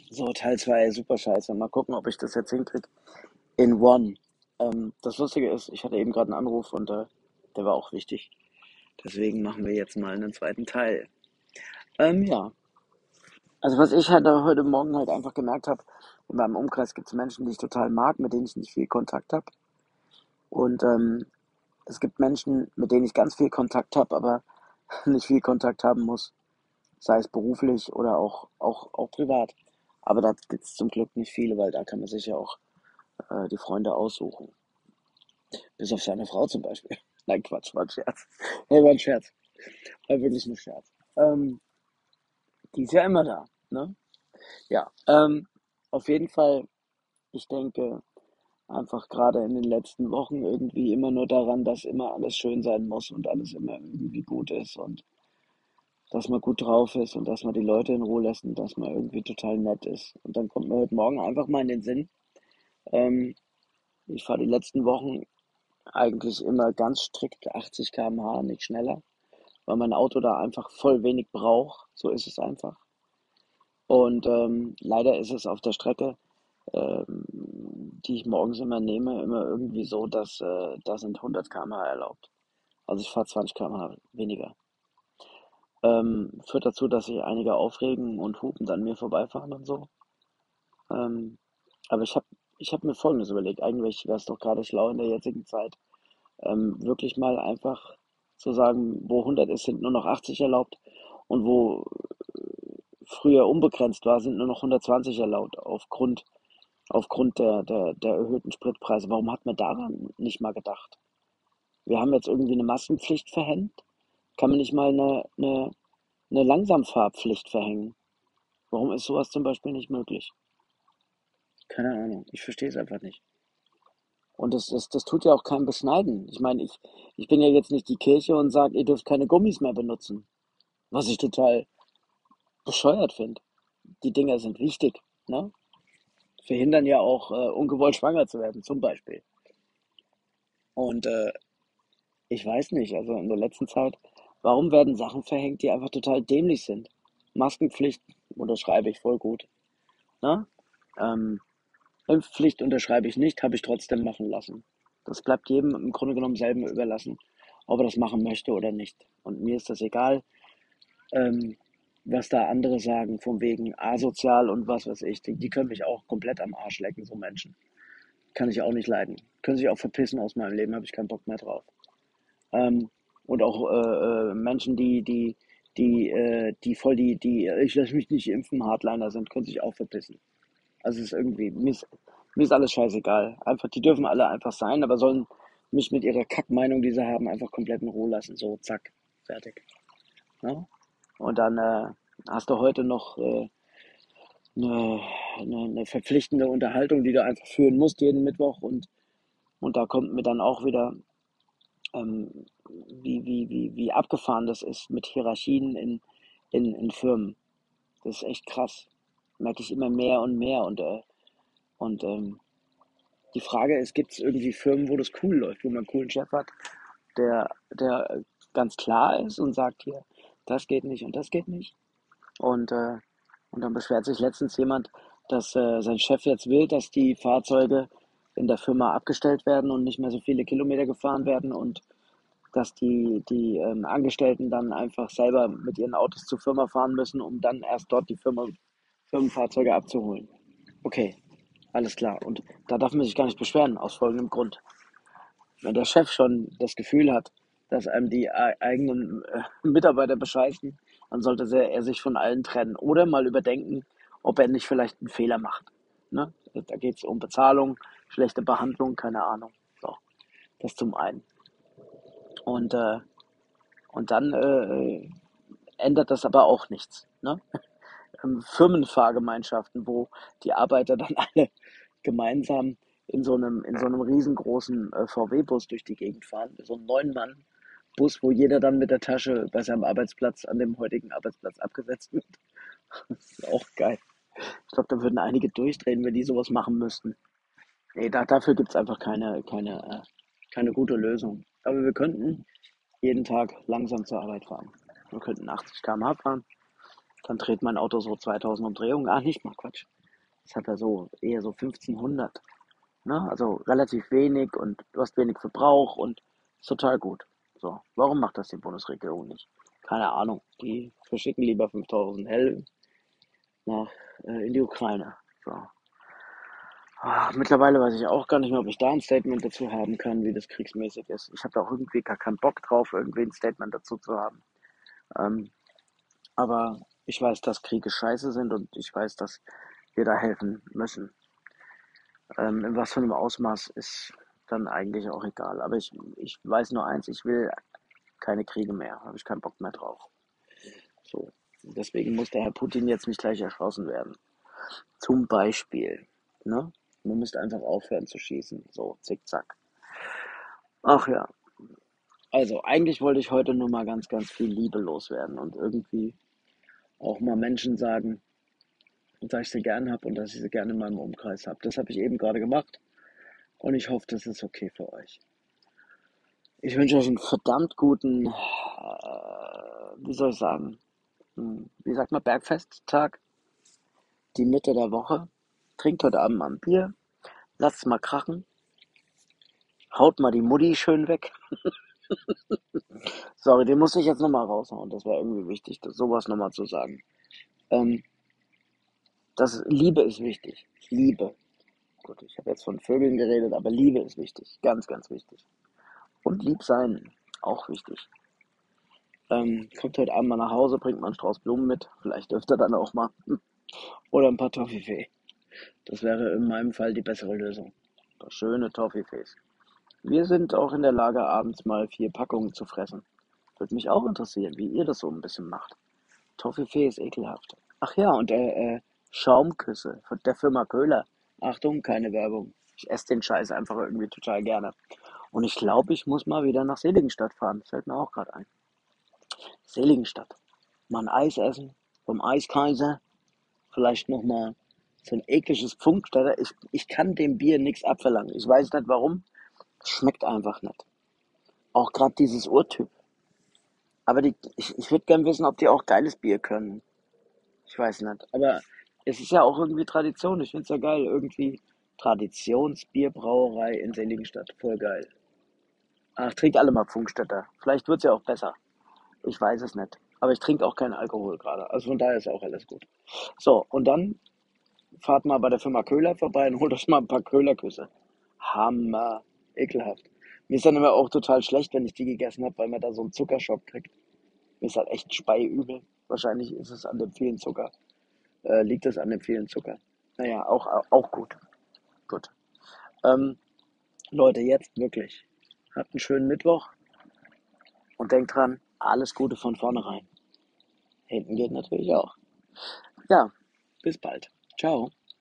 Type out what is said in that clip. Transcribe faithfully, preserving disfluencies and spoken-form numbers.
So, Teil zwei, super scheiße. Mal gucken, ob ich das jetzt hinkriege. In One. Ähm, das Lustige ist, ich hatte eben gerade einen Anruf und äh, der war auch wichtig. Deswegen machen wir jetzt mal einen zweiten Teil. Ähm, ja. Also was ich halt äh, heute Morgen halt einfach gemerkt habe, in meinem Umkreis gibt es Menschen, die ich total mag, mit denen ich nicht viel Kontakt habe. Und ähm, es gibt Menschen, mit denen ich ganz viel Kontakt habe, aber nicht viel Kontakt haben muss. Sei es beruflich oder auch, auch, auch privat. Aber da gibt es zum Glück nicht viele, weil da kann man sich ja auch äh, die Freunde aussuchen. Bis auf seine Frau zum Beispiel. Nein, Quatsch, war ein Scherz. Nee, war ein Scherz. War wirklich ein Scherz. Ähm, die ist ja immer da, ne? Ja, ähm, auf jeden Fall, ich denke einfach gerade in den letzten Wochen irgendwie immer nur daran, dass immer alles schön sein muss und alles immer irgendwie gut ist und dass man gut drauf ist und dass man die Leute in Ruhe lässt und dass man irgendwie total nett ist. Und dann kommt mir heute Morgen einfach mal in den Sinn, ähm, ich fahre die letzten Wochen eigentlich immer ganz strikt achtzig Kilometer pro Stunde, nicht schneller, weil mein Auto da einfach voll wenig braucht. So ist es einfach. Und ähm, leider ist es auf der Strecke, ähm, die ich morgens immer nehme, immer irgendwie so, dass äh, da sind hundert Kilometer pro Stunde erlaubt. Also ich fahre zwanzig Kilometer pro Stunde weniger. Ähm, führt dazu, dass sich einige aufregen und hupend an mir vorbeifahren und so. Ähm, aber ich habe ich hab mir Folgendes überlegt. Eigentlich wäre es doch gerade schlau in der jetzigen Zeit, ähm, wirklich mal einfach zu sagen, wo hundert ist, sind nur noch achtzig erlaubt und wo früher unbegrenzt war, sind nur noch hundertzwanzig erlaubt aufgrund, aufgrund der, der, der erhöhten Spritpreise. Warum hat man daran nicht mal gedacht? Wir haben jetzt irgendwie eine Maskenpflicht verhängt. Kann man nicht mal eine, eine, eine Langsamfahrpflicht verhängen? Warum ist sowas zum Beispiel nicht möglich? Keine Ahnung. Ich verstehe es einfach nicht. Und das, das, das tut ja auch keinem beschneiden. Ich meine, ich, ich bin ja jetzt nicht die Kirche und sage, ihr dürft keine Gummis mehr benutzen. Was ich total bescheuert finde. Die Dinger sind wichtig, ne? Verhindern ja auch äh, ungewollt schwanger zu werden, zum Beispiel. Und äh, ich weiß nicht, also in der letzten Zeit, warum werden Sachen verhängt, die einfach total dämlich sind? Maskenpflicht unterschreibe ich voll gut, ne? Ähm, Impfpflicht unterschreibe ich nicht, habe ich trotzdem machen lassen. Das bleibt jedem im Grunde genommen selber überlassen, ob er das machen möchte oder nicht. Und mir ist das egal, ähm, was da andere sagen, von wegen asozial und was weiß ich. Die, die können mich auch komplett am Arsch lecken, so Menschen. Kann ich auch nicht leiden. Können sich auch verpissen aus meinem Leben, habe ich keinen Bock mehr drauf. Ähm, und auch äh, äh, Menschen, die, die, die, äh, die voll die, die, äh, ich lasse mich nicht impfen, Hardliner sind, können sich auch verpissen. Also es ist irgendwie, mir ist, mir ist alles scheißegal. Einfach, die dürfen alle einfach sein, aber sollen mich mit ihrer Kackmeinung, die sie haben, einfach komplett in Ruhe lassen. So, zack, fertig. Ne? Und dann äh, hast du heute noch äh, eine, eine, eine verpflichtende Unterhaltung, die du einfach führen musst jeden Mittwoch. Und, und da kommt mir dann auch wieder, ähm, wie, wie, wie, wie abgefahren das ist mit Hierarchien in, in, in Firmen. Das ist echt krass. Merke ich immer mehr und mehr. Und, äh, und ähm, die Frage ist, gibt es irgendwie Firmen, wo das cool läuft, wo man einen coolen Chef hat, der, der ganz klar ist und sagt hier, das geht nicht und das geht nicht. Und, äh, und dann beschwert sich letztens jemand, dass äh, sein Chef jetzt will, dass die Fahrzeuge in der Firma abgestellt werden und nicht mehr so viele Kilometer gefahren werden und dass die, die ähm, Angestellten dann einfach selber mit ihren Autos zur Firma fahren müssen, um dann erst dort die Firma, Firmenfahrzeuge abzuholen. Okay, alles klar. Und da darf man sich gar nicht beschweren, aus folgendem Grund. Wenn der Chef schon das Gefühl hat, dass einem die e- eigenen äh, Mitarbeiter bescheißen, dann sollte er, er sich von allen trennen oder mal überdenken, ob er nicht vielleicht einen Fehler macht. Ne? Da geht es um Bezahlung, schlechte Behandlung, keine Ahnung. So, das zum einen. Und, äh, und dann äh, ändert das aber auch nichts. Ne? Ähm, Firmenfahrgemeinschaften, wo die Arbeiter dann alle gemeinsam in so einem, in so einem riesengroßen äh, V W-Bus durch die Gegend fahren. So ein Neun-Mann-Bus, wo jeder dann mit der Tasche bei seinem Arbeitsplatz an dem heutigen Arbeitsplatz abgesetzt wird. Das ist auch geil. Ich glaube, da würden einige durchdrehen, wenn die sowas machen müssten. Nee, da, dafür gibt es einfach keine, keine, äh, keine gute Lösung. Aber wir könnten jeden Tag langsam zur Arbeit fahren. Wir könnten achtzig Kilometer pro Stunde fahren, dann dreht mein Auto so zweitausend Umdrehungen. Ah, nicht mal, Quatsch. Das hat er so eher so fünfzehnhundert. Ne? Also relativ wenig und du hast wenig Verbrauch und ist total gut. So, warum macht das die Bundesregierung nicht? Keine Ahnung. Die verschicken lieber fünftausend Helme nach, äh, in die Ukraine. So. Ah, mittlerweile weiß ich auch gar nicht mehr, ob ich da ein Statement dazu haben kann, wie das kriegsmäßig ist. Ich habe da auch irgendwie gar keinen Bock drauf, irgendwie ein Statement dazu zu haben. Ähm, aber ich weiß, dass Kriege scheiße sind und ich weiß, dass wir da helfen müssen. Ähm, in was für einem Ausmaß ist dann eigentlich auch egal. Aber ich, ich weiß nur eins, ich will keine Kriege mehr. Habe ich keinen Bock mehr drauf. So. Deswegen muss der Herr Putin jetzt nicht gleich erschossen werden. Zum Beispiel. Ne? Man müsste einfach aufhören zu schießen. So, zickzack. Ach ja. Also, eigentlich wollte ich heute nur mal ganz, ganz viel Liebe loswerden und irgendwie auch mal Menschen sagen, dass ich sie gern habe und dass ich sie gerne in meinem Umkreis habe. Das habe ich eben gerade gemacht und ich hoffe, das ist okay für euch. Ich wünsche euch einen verdammt guten, äh, wie soll ich sagen, hm, wie sagt man, Bergfesttag, die Mitte der Woche. Trinkt heute Abend mal ein Bier, lasst es mal krachen, haut mal die Mutti schön weg. Sorry, den muss ich jetzt nochmal raushauen. Das war irgendwie wichtig, das, sowas nochmal zu sagen. Ähm, das Liebe ist wichtig. Liebe. Gut, ich habe jetzt von Vögeln geredet, aber Liebe ist wichtig. Ganz, ganz wichtig. Und lieb sein, auch wichtig. Ähm, kommt heute Abend mal nach Hause, bringt mal einen Strauß Blumen mit. Vielleicht dürft ihr dann auch mal. Oder ein paar Toffifee. Das wäre in meinem Fall die bessere Lösung. Ein paar schöne Toffifees. Wir sind auch in der Lage, abends mal vier Packungen zu fressen. Würde mich auch interessieren, wie ihr das so ein bisschen macht. Toffifee ist ekelhaft. Ach ja, und äh, äh, Schaumküsse von der Firma Köhler. Achtung, keine Werbung. Ich esse den Scheiß einfach irgendwie total gerne. Und ich glaube, ich muss mal wieder nach Seligenstadt fahren. Das fällt mir auch gerade ein. Seligenstadt. Mal ein Eis essen vom Eiskaiser. Vielleicht nochmal so ein ekliges Funkstätter. Ich, ich kann dem Bier nichts abverlangen. Ich weiß nicht warum. Es schmeckt einfach nicht. Auch gerade dieses Urtyp. Aber die, ich, ich würde gern wissen, ob die auch geiles Bier können. Ich weiß nicht. Aber es ist ja auch irgendwie Tradition. Ich finde es ja geil. Irgendwie Traditionsbierbrauerei in Seligenstadt. Voll geil. Ach, trinkt alle mal Funkstätter. Vielleicht wird es ja auch besser. Ich weiß es nicht. Aber ich trinke auch keinen Alkohol gerade. Also von daher ist auch alles gut. So, und dann fahrt mal bei der Firma Köhler vorbei und holt euch mal ein paar Köhlerküsse. Hammer. Ekelhaft. Mir ist dann immer auch total schlecht, wenn ich die gegessen habe, weil man da so einen Zuckerschock kriegt. Mir ist halt echt speiübel. Wahrscheinlich ist es an dem vielen Zucker. Äh, liegt es an dem vielen Zucker. Naja, auch, auch gut. Gut. Ähm, Leute, jetzt wirklich. Habt einen schönen Mittwoch und denkt dran, alles Gute von vornherein. Hinten geht natürlich auch. Ja, bis bald. Ciao.